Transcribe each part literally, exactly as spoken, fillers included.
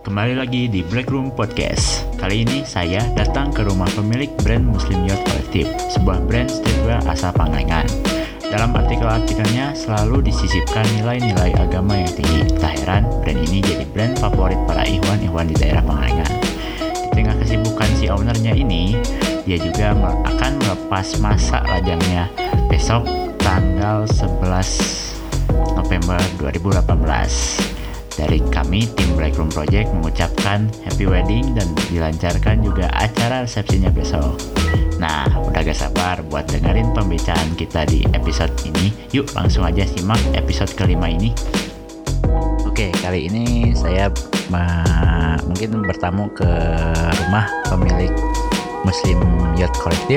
Kembali lagi di Black Room Podcast. Kali ini saya datang ke rumah pemilik brand Muslim Youth Collective, sebuah brand streetwear asal Pangalengan. Dalam artikel-artikelnya selalu disisipkan nilai-nilai agama yang tinggi. Tak heran, brand ini jadi brand favorit para ikhwan-ikhwan di daerah Pangalengan. Di tengah kesibukan si ownernya ini, dia juga akan melepas masa lajangnya besok tanggal sebelas November dua ribu delapan belas. Dari kami, tim Black Room Project mengucapkan happy wedding dan dilancarkan juga acara resepsinya besok. Nah, udah gak sabar buat dengerin pembicaraan kita di episode ini. Yuk langsung aja simak episode kelima ini. Oke, kali ini saya ma- mungkin bertamu ke rumah pemilik Muslim Youth Collective.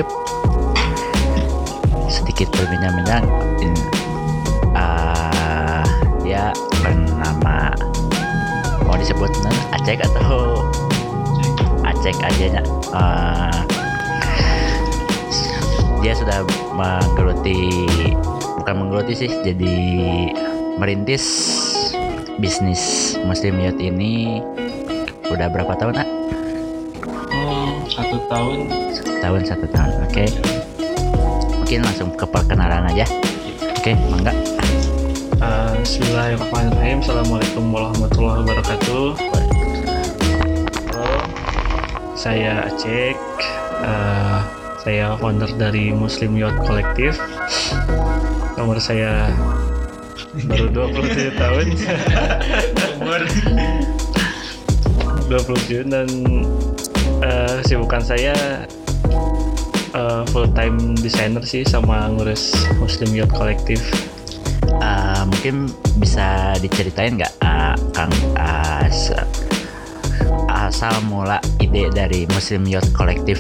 Sedikit berbincang-bincang. Uh, dia bernama, mau disebut Acek atau Acek aja. Uh, dia sudah menggeluti, bukan menggeluti sih, jadi merintis bisnis Muslim Youth ini udah berapa tahun, Nak? Hmm, satu tahun. Satu tahun, satu tahun. Oke. Okay. Mungkin langsung ke perkenalan aja. Oke, okay, mangga. Uh, Bismillahirrahmanirrahim. Assalamualaikum warahmatullahi wabarakatuh. Halo, saya Acek. Uh, saya founder dari Muslim Youth Collective. Umur saya baru dua puluh tujuh tahun. Umur dua puluh tujuh dan uh, sibukan saya uh, full time designer sih sama ngurus Muslim Youth Collective. Uh, mungkin bisa diceritain nggak, uh, Kang, uh, asal mula ide dari Muslim Youth Collective?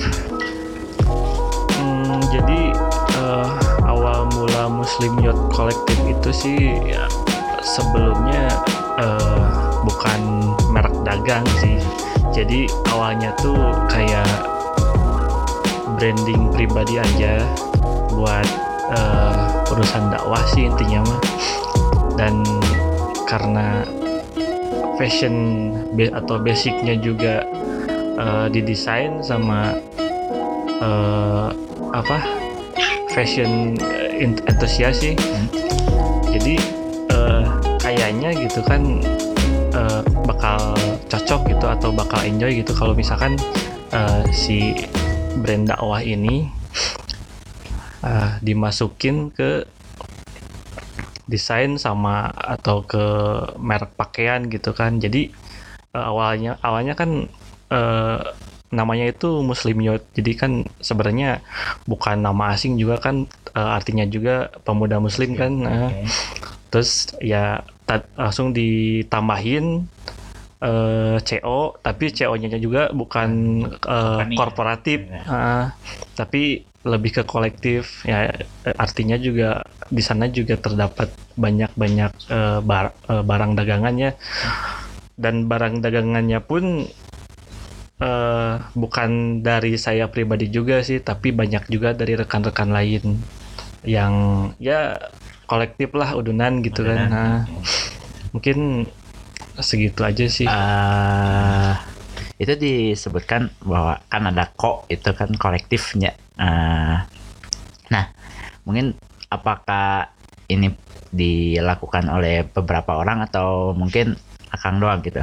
Hmm, jadi uh, awal mula Muslim Youth Collective itu sih ya, sebelumnya uh, bukan merek dagang sih. Jadi awalnya tuh kayak branding pribadi aja buat uh, urusan dakwah sih intinya mah. Dan karena fashion atau basicnya juga uh, didesain sama uh, apa fashion enthusiast sih, jadi uh, kayaknya gitu kan uh, bakal cocok gitu atau bakal enjoy gitu kalau misalkan uh, si brand dakwah ini uh, dimasukin ke desain sama atau ke merek pakaian gitu kan. Jadi uh, awalnya awalnya kan uh, namanya itu Muslim Youth. Jadi kan sebenarnya bukan nama asing juga kan, uh, artinya juga pemuda muslim kan. Nah, okay. Terus ya t- langsung ditambahin uh, C O, tapi C O-nya juga bukan uh, korporatif, uh, tapi lebih ke kolektif ya, artinya juga di sana juga terdapat banyak-banyak uh, bar, uh, barang dagangannya, dan barang dagangannya pun uh, bukan dari saya pribadi juga sih, tapi banyak juga dari rekan-rekan lain yang ya kolektif lah, udunan gitu. Udunan. Kan nah, mungkin segitu aja sih. Uh, itu disebutkan bahwa kan ada ko, itu kan kolektifnya. Uh, nah, mungkin apakah ini dilakukan oleh beberapa orang atau mungkin Akang doang gitu?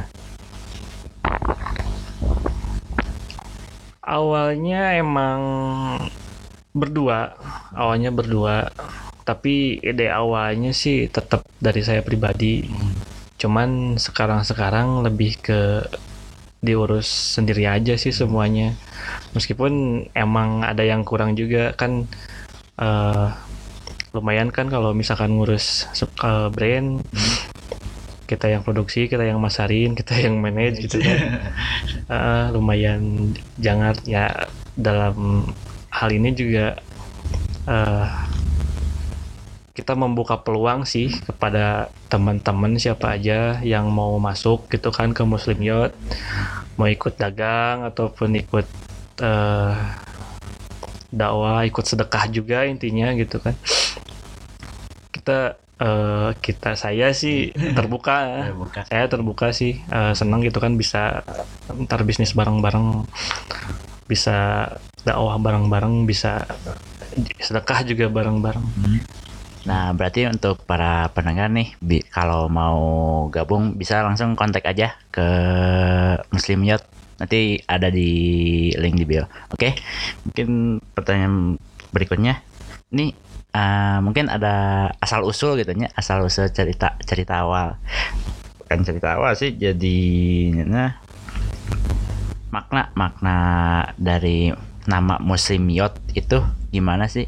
Awalnya emang berdua, awalnya berdua, tapi ide awalnya sih tetap dari saya pribadi. Hmm. Cuman sekarang-sekarang lebih ke diurus sendiri aja sih semuanya. Meskipun emang ada yang kurang juga kan, uh, lumayan kan kalau misalkan ngurus uh, brand, hmm. kita yang produksi, kita yang masarin, kita yang manage gitu kan. uh, lumayan jangan ya, dalam hal ini juga uh, kita membuka peluang sih kepada teman-teman siapa aja yang mau masuk gitu kan ke Muslim Youth, mau ikut dagang ataupun ikut uh, dakwah, ikut sedekah juga intinya gitu kan. Kita uh, kita saya sih terbuka. Terbuka. Saya terbuka sih, uh, senang gitu kan bisa ntar bisnis bareng-bareng, bisa dakwah bareng-bareng, bisa sedekah juga bareng-bareng. Hmm. Nah, berarti untuk para pendengar nih, bi- kalau mau gabung bisa langsung kontak aja ke Muslim Youth. Nanti ada di link di bio. Oke, mungkin pertanyaan berikutnya. Ini uh, mungkin ada asal usul gitu ya, asal usul cerita cerita awal. Bukan cerita awal sih, jadinya makna makna dari nama Muslim Youth itu gimana sih?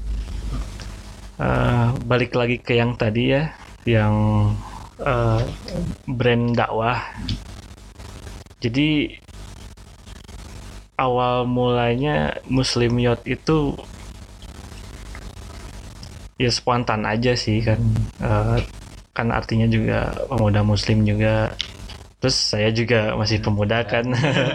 Uh, balik lagi ke yang tadi ya, yang uh, brand dakwah. Jadi awal mulanya Muslim Youth itu ya spontan aja sih kan, uh, kan artinya juga pemuda Muslim juga. Terus saya juga masih pemuda kan.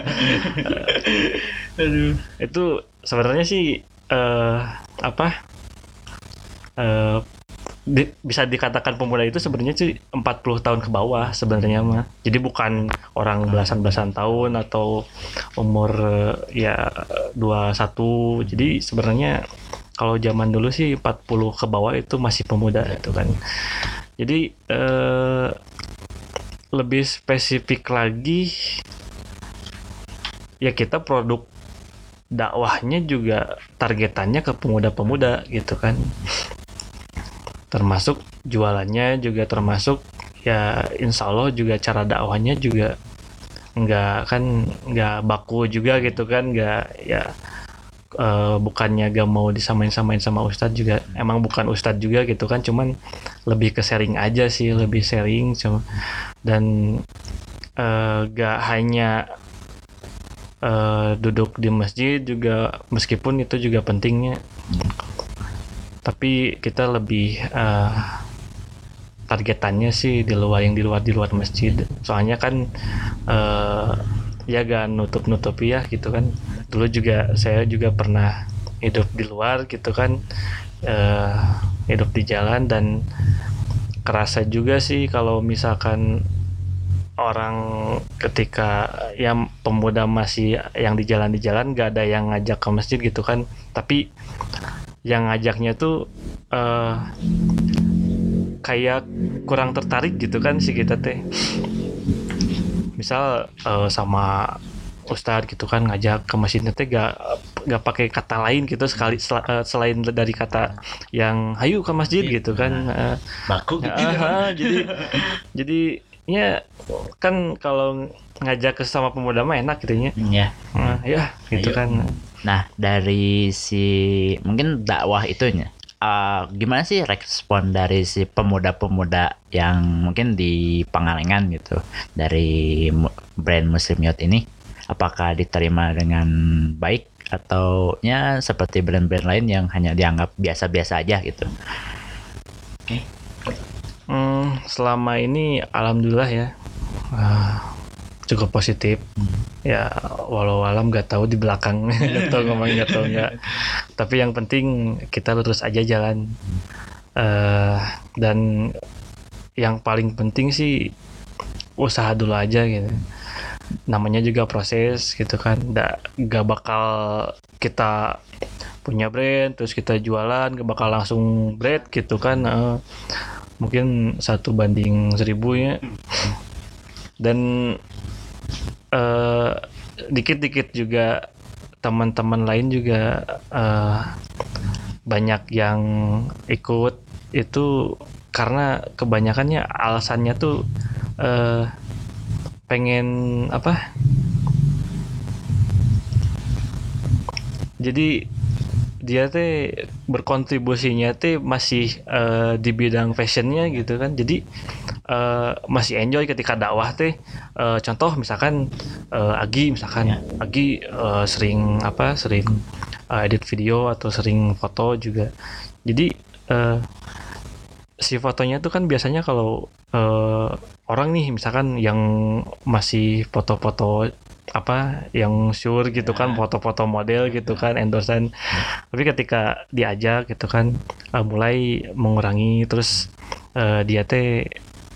Aduh. Itu sebenarnya sih uh, apa? Uh, di, bisa dikatakan pemuda itu sebenarnya sih empat puluh tahun ke bawah sebenarnya mah. Jadi bukan orang belasan-belasan tahun atau umur uh, ya dua puluh satu. Jadi sebenarnya kalau zaman dulu sih empat puluh ke bawah itu masih pemuda itu kan. Jadi uh, lebih spesifik lagi ya, kita produk dakwahnya juga targetannya ke pemuda-pemuda gitu kan. Termasuk jualannya juga, termasuk ya insya Allah juga cara dakwahnya juga nggak kan nggak baku juga gitu kan, nggak ya uh, bukannya gak mau disamain-samain sama ustadz juga, emang bukan ustadz juga gitu kan, cuman lebih ke sharing aja sih, lebih sharing cuma. Dan uh, gak hanya uh, duduk di masjid juga, meskipun itu juga pentingnya, tapi kita lebih uh, targetannya sih di luar, yang di luar di luar masjid. Soalnya kan uh, ya gak nutup-nutup ya gitu kan. Dulu juga saya juga pernah hidup di luar gitu kan, uh, hidup di jalan, dan kerasa juga sih kalau misalkan orang ketika yang pemuda masih yang di jalan di jalan gak ada yang ngajak ke masjid gitu kan, tapi yang ngajaknya tuh uh, kayak kurang tertarik gitu kan si kita teh. Misal uh, sama ustadz gitu kan ngajak ke masjidnya teh gak gak pakai kata lain gitu sekali sel, uh, selain dari kata yang hayu ke masjid gitu kan. Uh, Baku gitu. Uh, jadi jadi ya kan kalau ngajak ke sama pemuda mah enak gitu ya. Ya. Uh, ya gitu Ayo. kan. Nah, dari si mungkin dakwah itunya, uh, gimana sih respon dari si pemuda-pemuda yang mungkin di Pangalengan gitu, dari brand Muslim Youth ini, apakah diterima dengan baik atau ya seperti brand-brand lain yang hanya dianggap biasa-biasa aja gitu? Oke. Okay. Hmm, selama ini alhamdulillah ya. Uh, cukup positif. Ya walau alam gak tahu di belakang gak tahu ngomong gak tahu nggak, tapi yang penting kita lurus aja jalan. Uh, dan yang paling penting sih usaha dulu aja gitu, namanya juga proses gitu kan. Gak, gak bakal kita punya brand terus kita jualan gak bakal langsung bread gitu kan. Uh, mungkin satu banding seribu ya. Dan uh, dikit-dikit juga teman-teman lain juga uh, banyak yang ikut itu, karena kebanyakannya alasannya tuh uh, pengen apa, jadi dia teh berkontribusinya teh masih uh, di bidang fashionnya gitu kan. Jadi uh, masih enjoy ketika dakwah teh. Uh, contoh misalkan uh, Agi misalkan ya. Agi uh, sering apa sering uh, edit video atau sering foto juga. Jadi uh, si fotonya tuh kan biasanya kalau uh, orang nih misalkan yang masih foto-foto apa yang sure gitu kan, foto-foto model gitu kan, endorsean. Tapi ketika diajak gitu kan, uh, mulai mengurangi, terus uh, dia teh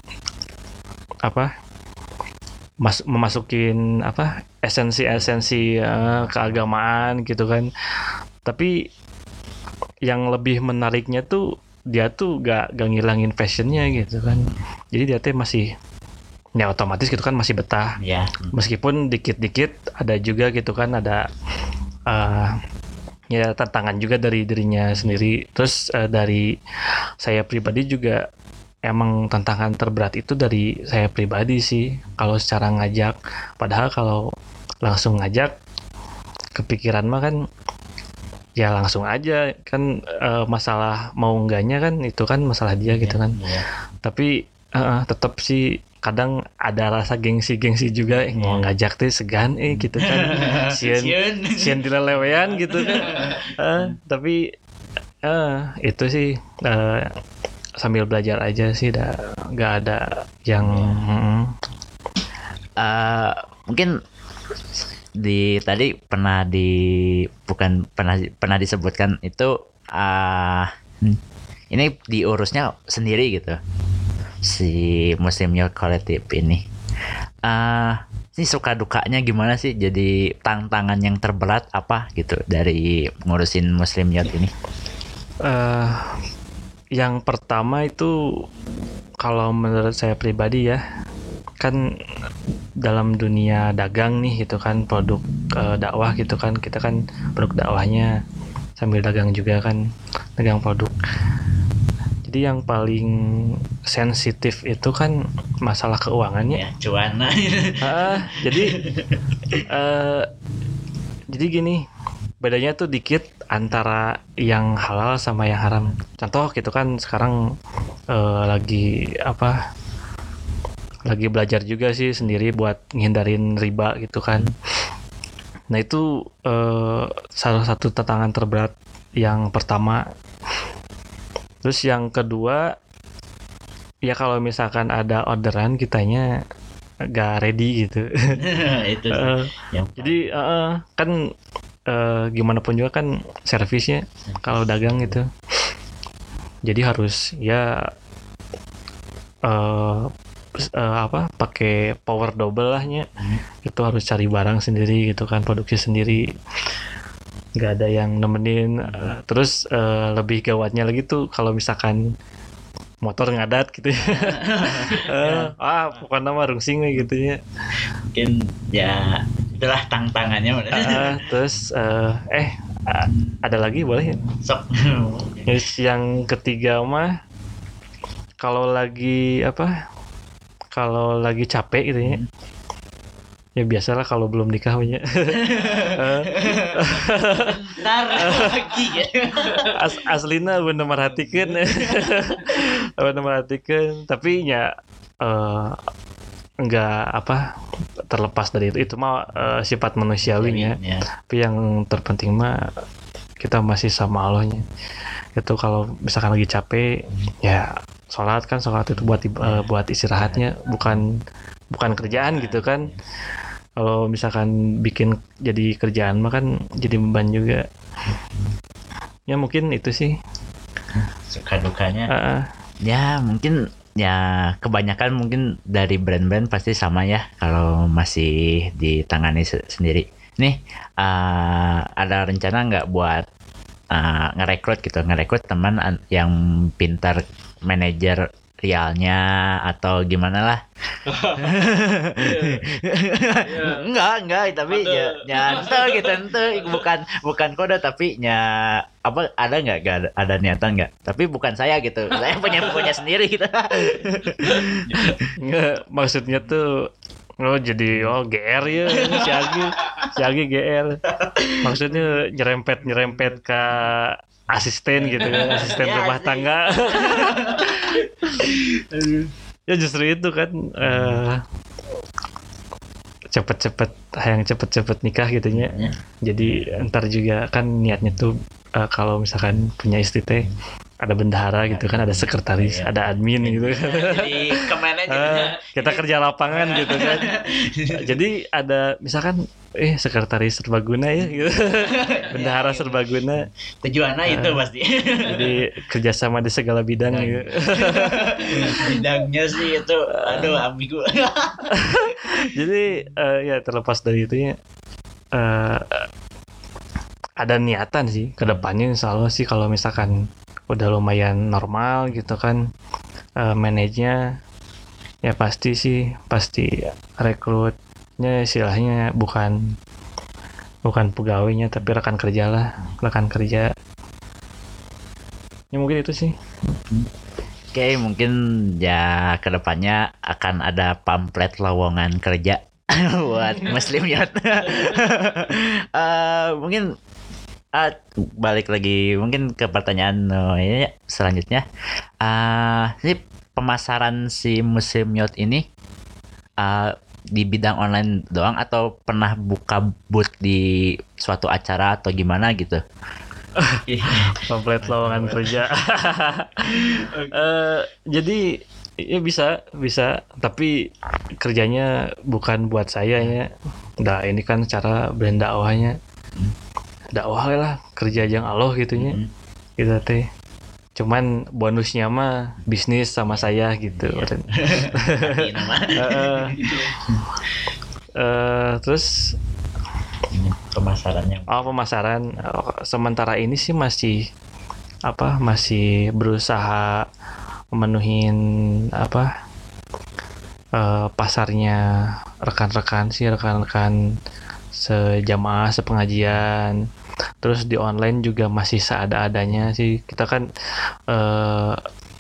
apa mas memasukin apa esensi-esensi uh, keagamaan gitu kan. Tapi yang lebih menariknya tuh dia tuh gak, gak ngilangin fashionnya gitu kan. Jadi dia tuh masih ya otomatis gitu kan masih betah. Ya. Meskipun dikit-dikit ada juga gitu kan, ada uh, ya tantangan juga dari dirinya sendiri. Terus uh, dari saya pribadi juga emang tantangan terberat itu dari saya pribadi sih kalau secara ngajak. Padahal kalau langsung ngajak kepikiran mah kan ya langsung aja kan, uh, masalah mau enggaknya kan itu kan masalah dia gitu kan. Yeah. Tapi uh, tetap sih kadang ada rasa gengsi-gengsi juga, eh, mau ngajak teh segan eh gitu kan, sieun sieun dilelewean gitu kan. Uh, tapi uh, itu sih uh, sambil belajar aja sih, dah nggak ada yang mm, Uh, mungkin di tadi pernah di bukan pernah pernah disebutkan itu uh, ini diurusnya sendiri gitu si Muslim Youth Collective ini. Uh, ini suka dukanya gimana sih, jadi tantangan yang terberat apa gitu dari ngurusin Muslim Youth ini? Uh, yang pertama itu kalau menurut saya pribadi ya, kan dalam dunia dagang nih gitu kan, produk uh, dakwah gitu kan, kita kan produk dakwahnya sambil dagang juga kan, dagang produk. Jadi yang paling sensitif itu kan masalah keuangannya. Ya, cuan. Ah, jadi uh, jadi gini, bedanya tuh dikit antara yang halal sama yang haram. Contoh gitu kan sekarang uh, lagi apa? lagi belajar juga sih sendiri buat ngindarin riba gitu kan. Nah itu uh, salah satu tantangan terberat yang pertama. Terus yang kedua, ya kalau misalkan ada orderan kitanya gak ready gitu. Itu uh, yang jadi uh, kan uh, gimana pun juga kan servisnya kalau dagang gitu. Jadi harus ya uh, uh, apa pakai power double lahnya. Hmm. Itu harus cari barang sendiri gitu kan, produksi sendiri. Nggak ada yang nemenin. Uh, terus uh, lebih gawatnya lagi tuh kalau misalkan motor ngadat gitu ya. uh, ah bukan nama rungsing gitu ya. Mungkin ya itulah tantangannya. uh, terus uh, eh uh, ada lagi boleh ya? Sok. Terus yang ketiga mah kalau lagi apa? Kalau lagi capek gitu ya. Hmm. Ya biasalah kalau belum nikah punya. Ntar lagi ya. As aslina bener merhatikan. Bener merhatikan, tapi ya uh, enggak apa terlepas dari itu. Itu mah uh, sifat manusiawinya. Ya. Tapi yang terpenting mah kita masih sama Allahnya. Itu kalau misalkan lagi capek, hmm. ya sholat kan, sholat itu buat uh, buat istirahatnya, bukan bukan kerjaan gitu kan. Kalau misalkan bikin jadi kerjaan mah kan jadi beban juga. Ya mungkin itu sih suka dukanya. Uh, ya mungkin ya kebanyakan mungkin dari brand-brand pasti sama ya kalau masih ditangani se- sendiri. Nih uh, ada rencana nggak buat uh, ngerekrut gitu, ngerekrut teman an- yang pintar manajer realnya atau gimana lah. yeah. enggak enggak tapi ada. ya ya ente gitu ente bukan bukan kode tapi ya apa ada nggak ada, ada niatan nggak, tapi bukan saya gitu, saya punya punya sendiri gitu. Nggak, maksudnya tuh oh jadi oh G R ya si Agi si Agi G R maksudnya nyerempet nyerempet ke asisten gitu ya, asisten ya, rumah tangga. Ya justru itu kan uh, cepet-cepet yang cepet-cepet nikah gitunya ya. Jadi ntar juga kan niatnya tuh uh, kalau misalkan punya istri teh ada bendahara gitu kan, ada sekretaris, iya. ada admin gitu kan. Jadi kemana aja? Ah, kita kerja lapangan gitu kan. Jadi ada misalkan eh sekretaris serbaguna ya gitu. Bendahara serbaguna. Tujuannya itu Ah, pasti. Jadi kerjasama di segala bidang gitu. Bidangnya sih itu aduh ambigu. Jadi eh, ya terlepas dari itu ya eh, ada niatan sih ke depannya insya Allah sih kalau misalkan udah lumayan normal gitu kan eh, manage-nya ya pasti sih pasti rekrutnya istilahnya bukan bukan pegawainya tapi rekan kerja lah, rekan kerja. Ya mungkin itu sih. Oke, mungkin ya kedepannya akan ada pamflet lowongan kerja buat Muslim Yacht. Eh, mungkin ah, balik lagi mungkin ke pertanyaan oh, ya, selanjutnya. Ah, si pemasaran si Muslim Yacht ini ah, di bidang online doang atau pernah buka booth di suatu acara atau gimana gitu? Pamflet lowongan kerja. Eh, jadi ya bisa bisa tapi kerjanya bukan buat saya ya. Nah ini kan cara brand dakwahnya dakwah lah kerja yang Allah gitunya Hmm. kita teh cuman bonusnya mah bisnis sama saya gitu. Tapi nama. Eh, eh, terus Pemasarannya. oh pemasaran oh, sementara ini sih masih apa masih berusaha memenuhin apa eh, pasarnya rekan-rekan sih rekan-rekan sejamaah sepengajian. Terus di online juga masih seada-adanya sih kita kan eh,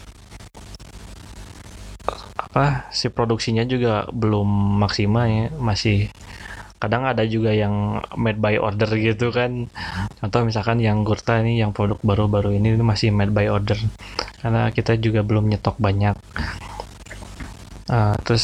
apa si produksinya juga belum maksimal ya masih kadang ada juga yang made by order gitu kan. Contoh misalkan yang Gurta ini yang produk baru-baru ini masih made by order karena kita juga belum nyetok banyak. Uh, terus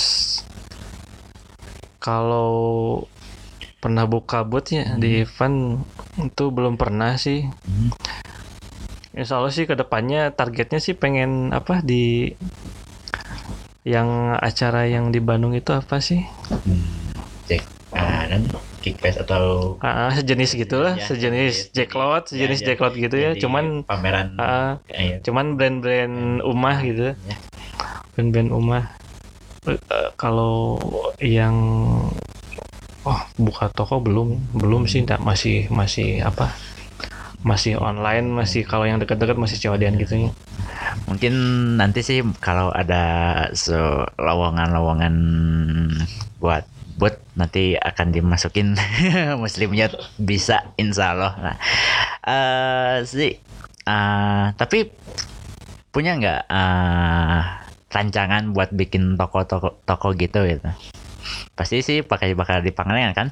kalau pernah buka booth ya hmm. di event itu belum pernah sih. Hmm. Insya Allah sih kedepannya targetnya sih pengen apa di yang acara yang di Bandung itu apa sih? Hmm. Cek. Ah, dan Kickfest atau ah, sejenis gitulah, ya, sejenis Jacklot, sejenis ya, Jacklot gitu ya, cuman pameran ah, ya. Cuman brand-brand umah gitu. Ya. Brand-brand umah. Uh, kalau yang oh, buka toko belum, belum hmm. sih enggak masih masih apa? Masih online, masih kalau yang dekat-dekat masih C O D-an gitu ya. Mungkin nanti sih kalau ada so, lowongan-lowongan buat buat nanti akan dimasukin Muslim Yacht bisa insya Allah. Nah, uh, sih uh, tapi punya nggak uh, rancangan buat bikin toko-toko toko gitu gitu? Pasti sih pakai bakal di Pangalengan kan?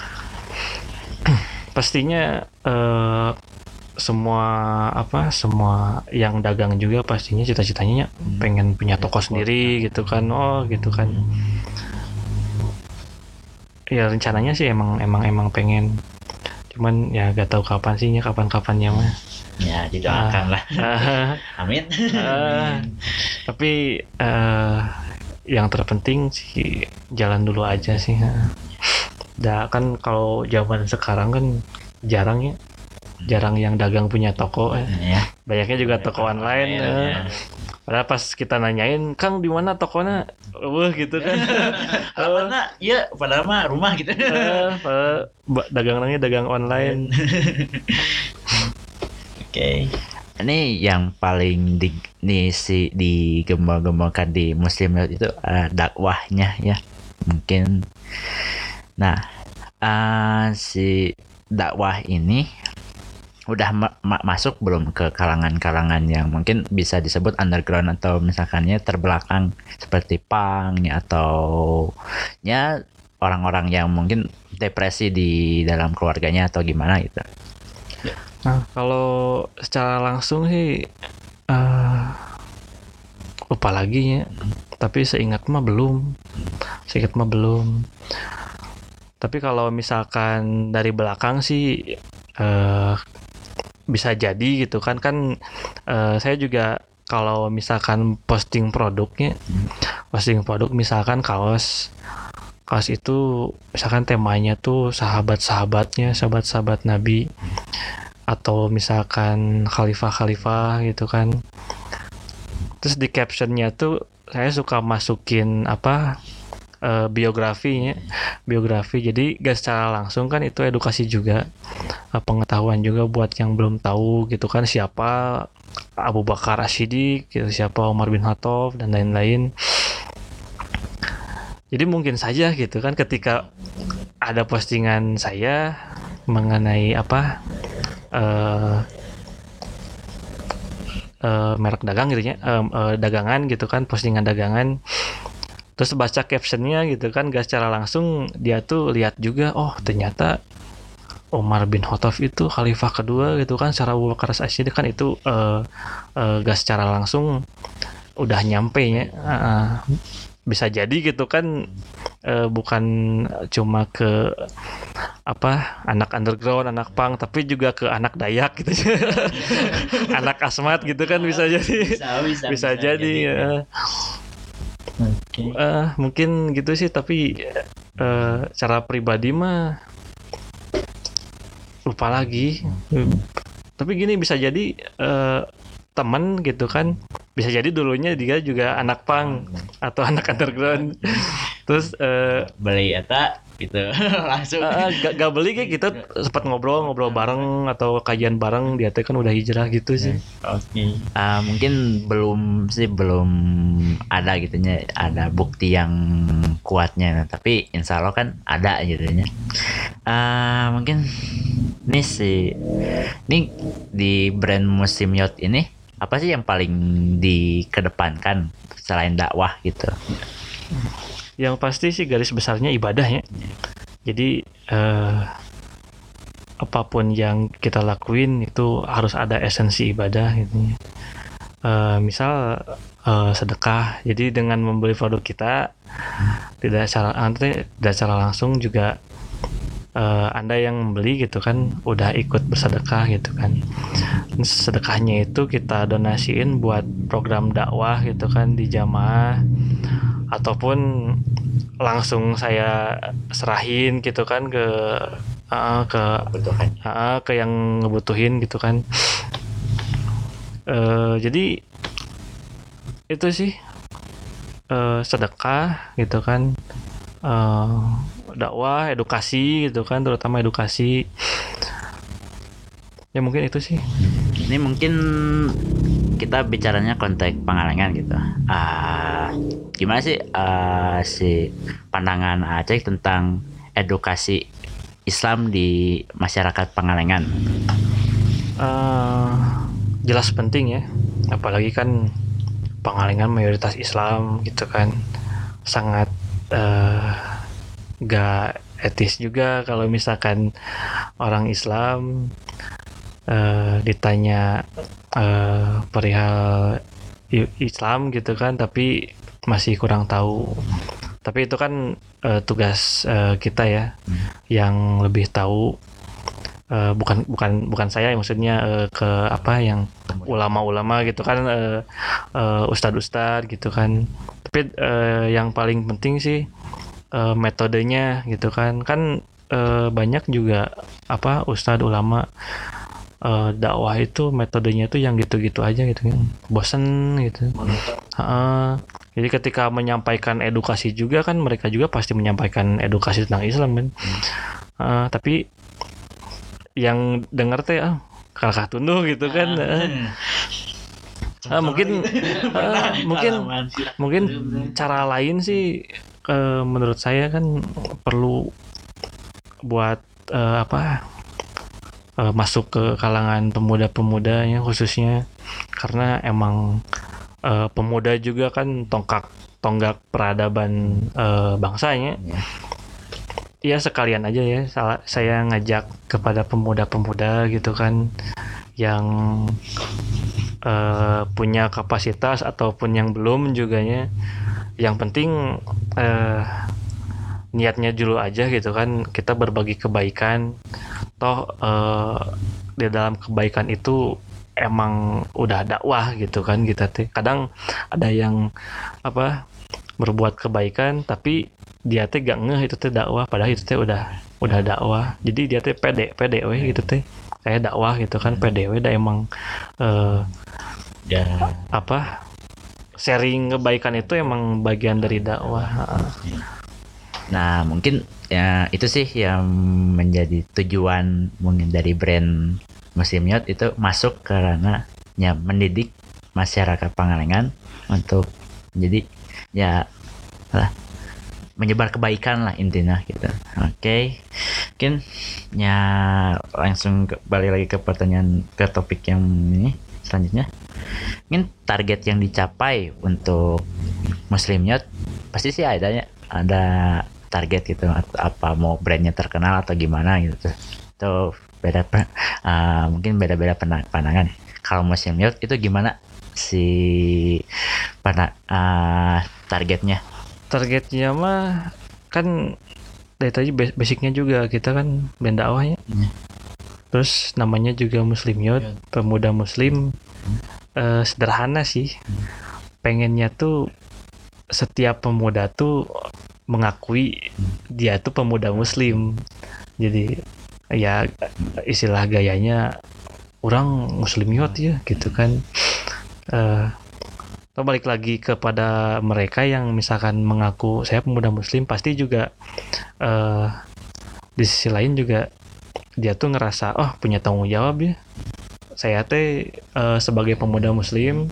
Pastinya uh, semua apa semua yang dagang juga pastinya cita-citanya hmm. pengen punya toko sendiri gitu kan. Oh gitu kan. Ya rencananya sih emang emang emang pengen, cuman ya gak tahu kapan sih ya kapan kapannya mah. Ya didoakan uh, lah. Uh, Amin. Uh, tapi uh, yang terpenting sih jalan dulu aja sih. Dah kan kalau zaman sekarang kan jarang ya, jarang yang dagang punya toko. Ya. Banyaknya juga toko online. Ya, uh. ya. Padahal pas kita nanyain, Kang di mana tokonya? Wah gitu kan. Mana? Iya, padahal mah rumah gitu. Uh, uh, dagangannya dagang online. Oke. Okay. Ini yang paling di nih si digembang-gembangkan di Muslim Yacht itu uh, dakwahnya ya. Mungkin. Nah, uh, si dakwah ini udah ma- ma- masuk belum ke kalangan-kalangan yang mungkin bisa disebut underground atau misalkannya terbelakang seperti punk ya, atau ya orang-orang yang mungkin depresi di dalam keluarganya atau gimana gitu. Nah kalau secara langsung sih uh, lupa lagi ya, tapi seingat mah belum, seingat mah belum. Tapi kalau misalkan dari belakang sih uh, bisa jadi gitu kan kan uh, saya juga kalau misalkan posting produknya posting produk misalkan kaos kaos itu misalkan temanya tuh sahabat-sahabatnya sahabat-sahabat Nabi atau misalkan khalifah-khalifah gitu kan. Terus di captionnya tuh saya suka masukin apa uh, biografinya, biografi. Jadi gak secara langsung kan itu edukasi juga, uh, pengetahuan juga buat yang belum tahu gitu kan siapa Abu Bakar As-Siddiq, gitu, siapa Umar bin Khattab dan lain-lain. Jadi mungkin saja gitu kan ketika ada postingan saya mengenai apa uh, Uh, merek dagang gitu ya, uh, uh, dagangan gitu kan, postingan dagangan, terus baca captionnya gitu kan, gak secara langsung dia tuh lihat juga, oh ternyata Umar bin Khattab itu khalifah kedua gitu kan, secara Abu Bakar As-Siddiq kan itu uh, uh, gak secara langsung udah nyampe ya, uh, bisa jadi gitu kan, uh, bukan cuma ke apa anak underground, anak punk, tapi juga ke anak Dayak gitu, anak Asmat gitu kan bisa jadi, bisa, bisa, bisa, bisa jadi. jadi uh, okay. uh, mungkin gitu sih, tapi uh, cara pribadi mah lupa lagi. Tapi gini bisa jadi uh, teman gitu kan, bisa jadi dulunya dia juga anak punk atau anak underground, terus uh, beli eta gitu langsung uh, gak, gak beli kayak kita sempat ngobrol ngobrol bareng atau kajian bareng, dia teh kan udah hijrah gitu sih. Oke. Okay. Uh, mungkin belum sih belum ada gitunya, ada bukti yang kuatnya, tapi insya Allah kan ada gitunya. Uh, mungkin nih sih, nih di brand Muslim Youth ini apa sih yang paling dikedepankan selain dakwah gitu? Yang pasti sih garis besarnya ibadah ya. Jadi eh, apapun yang kita lakuin itu harus ada esensi ibadah gitu. Eh, misal eh, sedekah. Jadi dengan membeli produk kita tidak secara tidak secara langsung juga eh, Anda yang membeli gitu kan udah ikut bersedekah gitu kan. Sedekahnya itu kita donasiin buat program dakwah gitu kan di jamaah, ataupun langsung saya serahin gitu kan ke uh, ke uh, ke yang ngebutuhin gitu kan. Uh, jadi itu sih uh, sedekah gitu kan, uh, dakwah, edukasi gitu kan, terutama edukasi. Ya mungkin itu sih. Ini mungkin kita bicaranya konteks Pangalengan gitu. Uh, gimana sih uh, si pandangan Aceh tentang edukasi Islam di masyarakat Pangalengan? Uh, jelas penting ya, apalagi kan Pangalengan mayoritas Islam gitu kan, sangat uh, gak etis juga kalau misalkan orang Islam uh, ditanya uh, perihal Islam gitu kan, tapi masih kurang tahu. Tapi itu kan uh, tugas uh, kita ya, yang lebih tahu. Uh, bukan bukan bukan saya maksudnya uh, ke apa yang ulama-ulama gitu kan, uh, uh, ustadz-ustadz gitu kan. Tapi uh, yang paling penting sih uh, metodenya gitu kan. Kan uh, banyak juga apa ustadz ulama uh, dakwah itu metodenya itu yang gitu-gitu aja gitu kan. Bosen gitu. Uh, jadi ketika menyampaikan edukasi juga kan mereka juga pasti menyampaikan edukasi tentang Islam kan. Uh, tapi yang dengar teh ah kalkah tunduh gitu kan. Uh, uh, mungkin uh, mungkin mungkin cara lain sih uh, menurut saya kan perlu buat uh, apa uh, masuk ke kalangan pemuda-pemudanya khususnya, karena emang uh, pemuda juga kan tongkat tonggak peradaban uh, bangsanya. Ya sekalian aja ya salah, saya ngajak kepada pemuda-pemuda gitu kan yang uh, punya kapasitas ataupun yang belum juga ya. Yang penting uh, niatnya dulu aja gitu kan, kita berbagi kebaikan. Toh uh, di dalam kebaikan itu emang udah dakwah gitu kan kita teh. Kadang ada yang apa berbuat kebaikan tapi dia teh gak ngeh itu teh dakwah, padahal itu teh udah udah dakwah. Jadi dia teh pede pede we gitu teh. Saya dakwah gitu kan, pede we da emang eh Ya, apa sharing kebaikan itu emang bagian dari dakwah. nah mungkin ya itu sih yang menjadi tujuan mungkin dari brand Muslim Youth itu masuk karena ya mendidik masyarakat Pangalengan untuk jadi ya lah, menyebar kebaikan lah intinya gitu. Oke, mungkin ya langsung ke, balik lagi ke pertanyaan ke topik yang ini selanjutnya. Mungkin target yang dicapai untuk Muslim Youth pasti sih ada ya, ada target gitu, apa mau brandnya terkenal atau gimana gitu tuh. Itu beda uh, mungkin beda-beda pandangan. Kalau Muslim Youth itu gimana si pada uh, targetnya? Targetnya mah kan dari tadi basicnya juga kita kan band dakwahnya. Hmm. Terus namanya juga Muslim Youth, pemuda Muslim. Hmm. Uh, sederhana sih. Hmm. Pengennya tuh setiap pemuda tuh mengakui hmm. dia tuh pemuda Muslim. Jadi ya istilah gayanya orang Muslim Youth ya gitu kan. Uh, balik lagi kepada mereka yang misalkan mengaku saya pemuda Muslim, pasti juga uh, di sisi lain juga dia tuh ngerasa oh punya tanggung jawab ya, saya teh uh, sebagai pemuda Muslim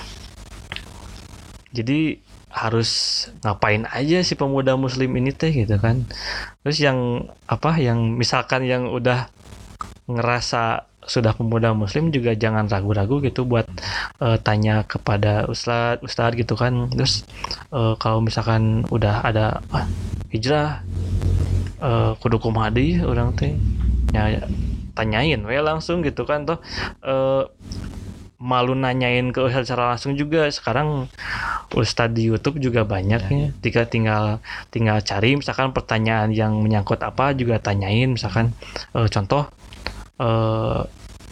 jadi harus ngapain aja si pemuda Muslim ini teh gitu kan. Terus yang apa yang misalkan yang udah ngerasa sudah pemuda Muslim juga jangan ragu-ragu gitu buat uh, tanya kepada ustadz ustadz gitu kan. Terus uh, kalau misalkan udah ada ah, hijrah uh, kudu kumaha deui urang teh ya, tanyain we langsung gitu kan toh. Uh, malu nanyain ke ustadz secara langsung juga. Sekarang ustadz di YouTube juga banyak ya. Tinggal tinggal tinggal cari misalkan pertanyaan yang menyangkut apa juga tanyain. Misalkan uh, contoh Uh,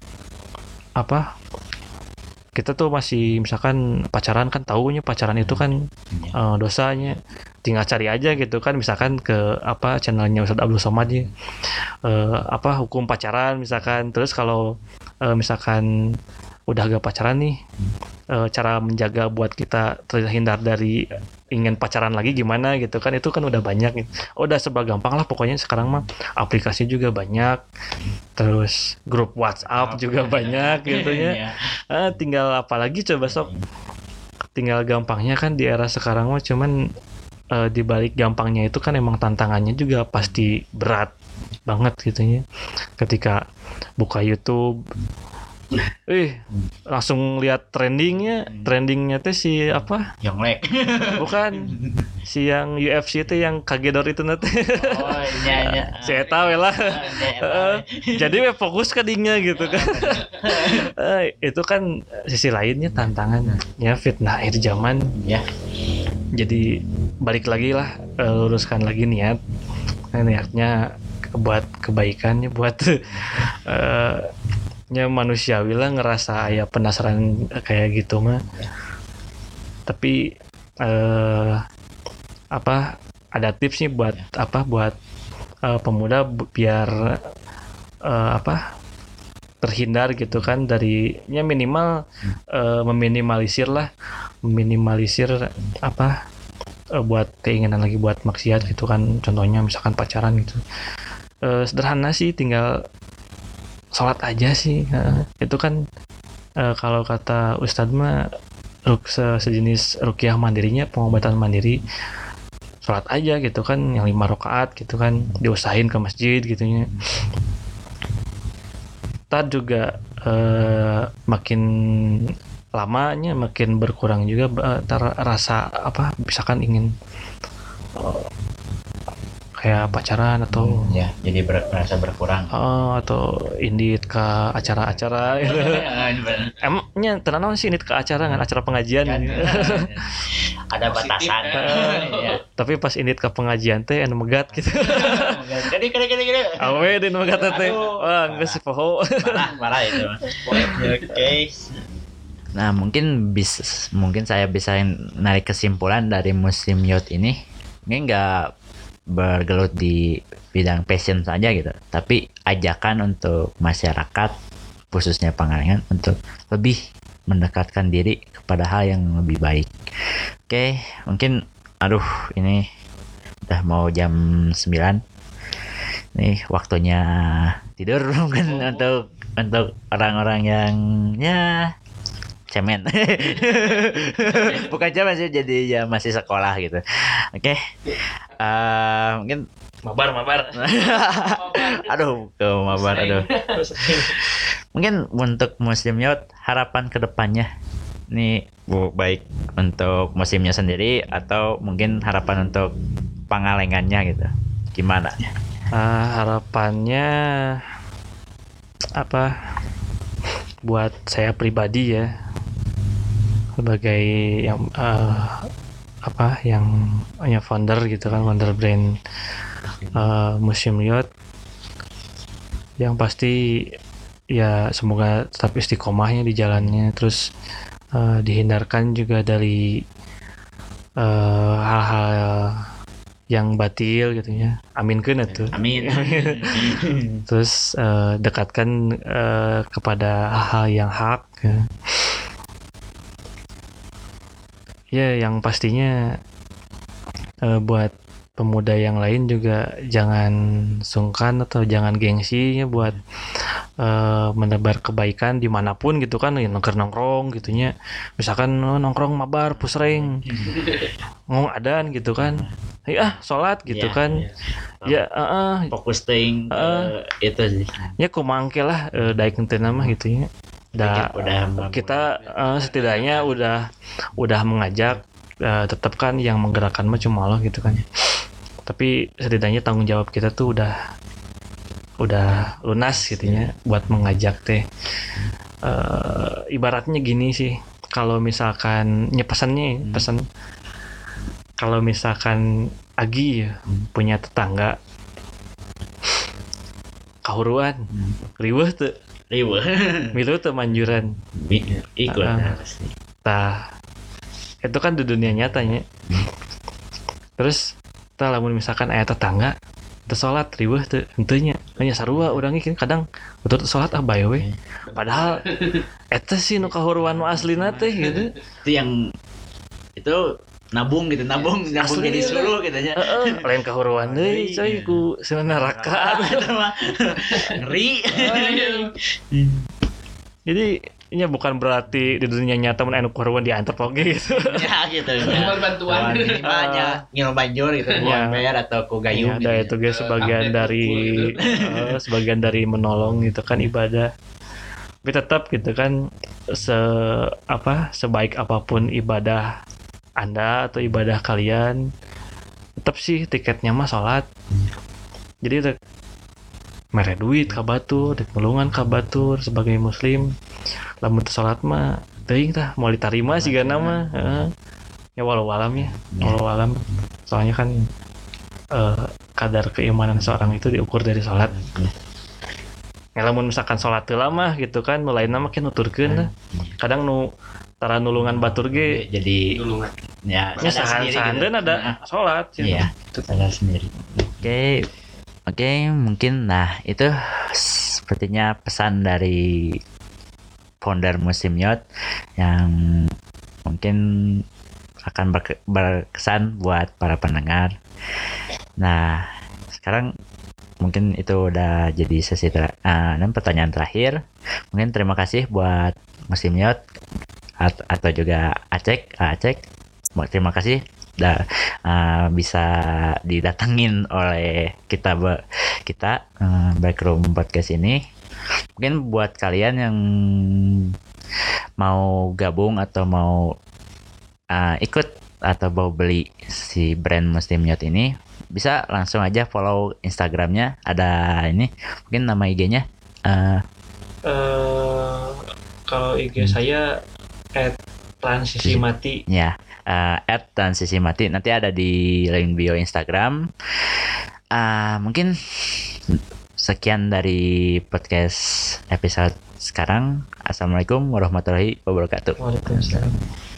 apa kita tuh masih misalkan pacaran kan tahunya pacaran itu kan uh, dosanya, tinggal cari aja gitu kan misalkan ke apa channelnya Ustadz Abdul Somad ya, uh, apa hukum pacaran misalkan. Terus kalau uh, misalkan udah gak pacaran nih, uh, cara menjaga buat kita terhindar dari ingin pacaran lagi gimana gitu kan, itu kan udah banyak gitu. Oh, udah serba gampang lah pokoknya sekarang mah. Aplikasi juga banyak, terus grup WhatsApp juga banyak gitu ya. Uh, tinggal apalagi coba sok, tinggal gampangnya kan di era sekarang mah. Cuman uh, di balik gampangnya itu kan emang tantangannya juga pasti berat banget gitu ya. Ketika buka YouTube, Ih, langsung lihat trendingnya, trendingnya teh si apa? Yonglek. Bukan, si yang U F C itu yang kagedor itu nanti. Oh iya iya. Saya tahu lah. Uh, jadi we fokus ke dingnya gitu kan. uh, itu kan sisi lainnya tantangan, ya fitnah akhir zaman. Ya. Jadi balik lagi lah, uh, luruskan lagi niat, niatnya buat kebaikannya, buat. Uh, nya manusiawi lah ngerasa ya penasaran kayak gitu mah. Tapi eh, apa ada tips nih buat apa buat eh, pemuda biar eh, apa terhindar gitu kan dari nya minimal eh, meminimalisir lah meminimalisir apa eh, buat keinginan lagi buat maksiat gitu kan. Contohnya misalkan pacaran gitu. Eh, sederhana sih, tinggal sholat aja sih. Nah, itu kan uh, kalau kata Ustadz mah ruk, se, sejenis ruqyah mandirinya, pengobatan mandiri. Sholat aja gitu kan, yang lima rakaat gitu kan, diusahain ke masjid gitunya. Tad juga uh, makin lamanya makin berkurang juga uh, rasa apa misalkan ingin uh, kayak pacaran atau hmm, ya jadi ber, merasa berkurang. Uh, atau indit ke acara-acara gitu. Emangnya tenan sih indit ke acara kan acara pengajian kan, ada batasan. Ya. Tapi pas indit ke pengajian teh anu megat gitu. Jadi kene kene kene. Awe di megat teh. Wah, geus poho. Parah, parah itu. Oke. Nah, mungkin bis mungkin saya bisa narik kesimpulan dari musim youth ini. Ini enggak bergelut di bidang passion saja gitu, tapi ajakan untuk masyarakat khususnya Pangalengan untuk lebih mendekatkan diri kepada hal yang lebih baik. Oke, mungkin aduh ini udah mau jam sembilan. Nih waktunya tidur mungkin oh. untuk untuk orang-orang yang ya cemen. Bukan cemen sih, jadi ya masih sekolah gitu. Oke. Okay. Uh, mungkin mabar mabar. Aduh, ke mabar aduh. Mungkin untuk musim youth harapan kedepannya nih bu, baik untuk musimnya sendiri atau mungkin harapan untuk Pangalengannya gitu. Gimana? Uh, harapannya apa? Buat saya pribadi ya, sebagai yang uh, apa yang hanya founder gitu kan, founder brand uh, Museum Youth, yang pasti ya semoga tetap istiqomahnya di jalannya, terus uh, dihindarkan juga dari uh, hal-hal yang batil gitu ya, aminkeun atuh. Amin. Terus uh, dekatkan uh, kepada hal yang hak ya. Ya, yang pastinya uh, buat pemuda yang lain juga jangan sungkan atau jangan gengsi ya buat uh, menebar kebaikan dimanapun gitu kan, ya, nongkrong-nongkrong gitunya. Misalkan oh, nongkrong mabar pusreng, ngomong adan gitu kan, ya ah sholat gitu yeah, kan, yeah. ya uh, uh, fokus ting uh, itu sih. Ya kumangke lah uh, daik teu mah gitu ya. Da, kita uh, setidaknya udah udah mengajak, uh, tetap kan yang menggerakkan mah cuma Allah gitu kan. Tapi setidaknya tanggung jawab kita tuh udah udah lunas gitu ya buat mengajak teh. Uh, ibaratnya gini sih, kalau misalkan ya pesannya pesan kalau misalkan Agi ya, punya tetangga kahuruan, riweuh teu riweuh milu tuh manjuran ikut uh, tah itu kan di dunia nyatanya. Terus tah lamun misalkan aya tetangga teu salat riweuh teu henteunya nya sarua urang ieu kadang betul salat ah bae we, padahal eta sih nu kahuruan nu aslina teh gitu. Itu yang itu nabung gitu, nabung nabung jadi suruh gitu nya. Heeh, lain kahuruan deui coy ku sina neraka eta mah. Ngeri. Jadi ini bukan berarti di dunia nyata mun anu kahuruan diantep oge gitu. Ya gitu ya. Bantuan minimalnya ngilu banjur gitu, ya. Bayar atau ku gayung ya, gitu. Itu guys sebagian dari uh, sebagian dari menolong gitu kan ibadah. Tapi tetap gitu kan se apa sebaik apapun ibadah Anda atau ibadah kalian, tetap sih tiketnya mah sholat. Jadi te- mere duit ka batur, dek nulungan ka batur sebagai muslim. Lamun teu sholat mah teuing tah moal ditarima sigana mah. Heeh. Ya walau alam ya, walau alam. Soalnya kan uh, kadar keimanan seorang itu diukur dari sholat. Ya lamun misalkan sholat teu lama gitu kan, nu lainna mah ke nuturkeun lah. Kadang nu tara nulungan batur ge jadi nulungan. Ya, ya sahan-sahan dan ada nah, sholat ya. Iya, itu sadar sendiri. Oke. Okay. Oke, okay, mungkin nah itu sepertinya pesan dari founder Museum Youth yang mungkin akan berke- berkesan buat para pendengar. Nah, sekarang mungkin itu udah jadi sesi ter- uh, dan pertanyaan terakhir. Mungkin terima kasih buat Museum Youth at- atau juga Acek, Acek. Terima kasih udah uh, bisa didatengin oleh kita be- kita uh, Backroom Podcast ini. Mungkin buat kalian yang mau gabung atau mau uh, ikut atau mau beli si brand Muslim Yacht ini, bisa langsung aja follow Instagramnya. Ada ini mungkin nama I G-nya. Uh, uh, kalau I G hmm. saya at transisi mati. Ya, uh, at transisi mati. Nanti ada di link bio Instagram. Uh, mungkin sekian dari podcast episode sekarang. Assalamualaikum warahmatullahi wabarakatuh. Waalaikumsalam.